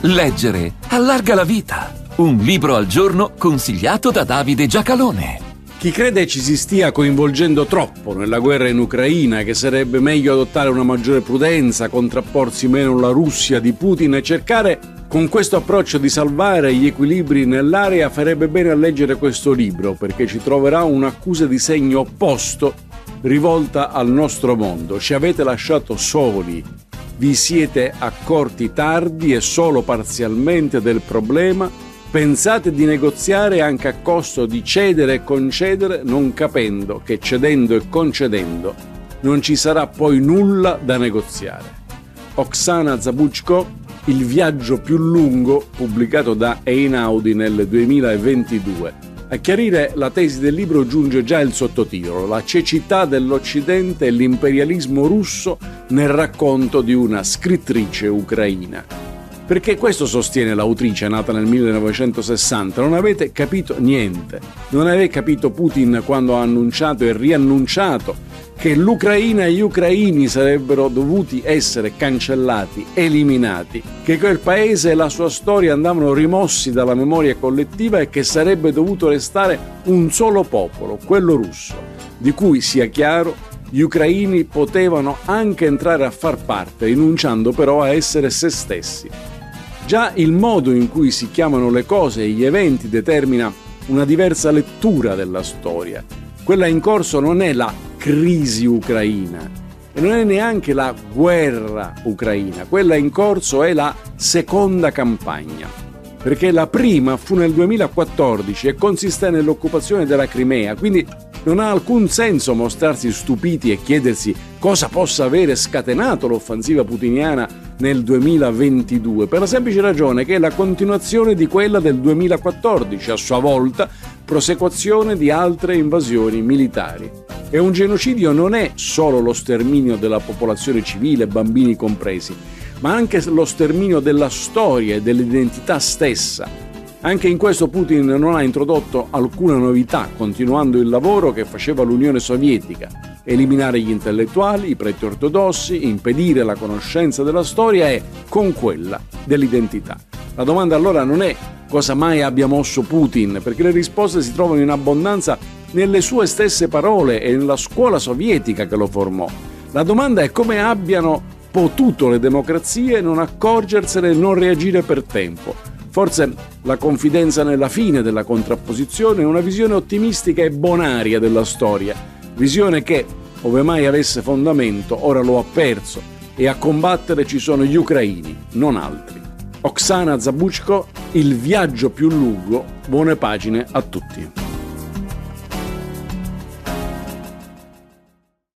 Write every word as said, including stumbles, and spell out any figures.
Leggere allarga la vita. Un libro al giorno consigliato da Davide Giacalone. Chi crede ci si stia coinvolgendo troppo nella guerra in Ucraina, che sarebbe meglio adottare una maggiore prudenza, contrapporsi meno alla Russia di Putin e cercare con questo approccio di salvare gli equilibri nell'area, farebbe bene a leggere questo libro, perché ci troverà un'accusa di segno opposto rivolta al nostro mondo. Ci avete lasciato soli, vi siete accorti tardi e solo parzialmente del problema, pensate di negoziare anche a costo di cedere e concedere, non capendo che cedendo e concedendo non ci sarà poi nulla da negoziare. Oksana Zabuchko, Il viaggio più lungo, pubblicato da Einaudi nel duemilaventidue. A chiarire la tesi del libro giunge già il sottotitolo: La cecità dell'Occidente e l'imperialismo russo nel racconto di una scrittrice ucraina. Perché questo sostiene l'autrice, nata nel millenovecentosessanta: non avete capito niente. Non avete capito Putin quando ha annunciato e riannunciato che l'Ucraina e gli ucraini sarebbero dovuti essere cancellati, eliminati, che quel paese e la sua storia andavano rimossi dalla memoria collettiva e che sarebbe dovuto restare un solo popolo, quello russo, di cui, sia chiaro, gli ucraini potevano anche entrare a far parte, rinunciando però a essere se stessi. Già il modo in cui si chiamano le cose e gli eventi determina una diversa lettura della storia. Quella in corso non è la crisi ucraina e non è neanche la guerra ucraina, quella in corso è la seconda campagna, perché la prima fu nel duemilaquattordici e consiste nell'occupazione della Crimea, quindi non ha alcun senso mostrarsi stupiti e chiedersi cosa possa avere scatenato l'offensiva putiniana nel duemilaventidue, per la semplice ragione che è la continuazione di quella del duemilaquattordici, a sua volta prosecuzione di altre invasioni militari. E un genocidio non è solo lo sterminio della popolazione civile, bambini compresi, ma anche lo sterminio della storia e dell'identità stessa. Anche in questo Putin non ha introdotto alcuna novità, continuando il lavoro che faceva l'Unione Sovietica: eliminare gli intellettuali, i preti ortodossi, impedire la conoscenza della storia e con quella dell'identità. La domanda allora non è cosa mai abbia mosso Putin, perché le risposte si trovano in abbondanza nelle sue stesse parole e nella scuola sovietica che lo formò. La domanda è come abbiano potuto le democrazie non accorgersene e non reagire per tempo. Forse la confidenza nella fine della contrapposizione è una visione ottimistica e bonaria della storia, visione che, ove mai avesse fondamento, ora lo ha perso e a combattere ci sono gli ucraini, non altri. Oksana Zabuchko, Il viaggio più lungo, buone pagine a tutti.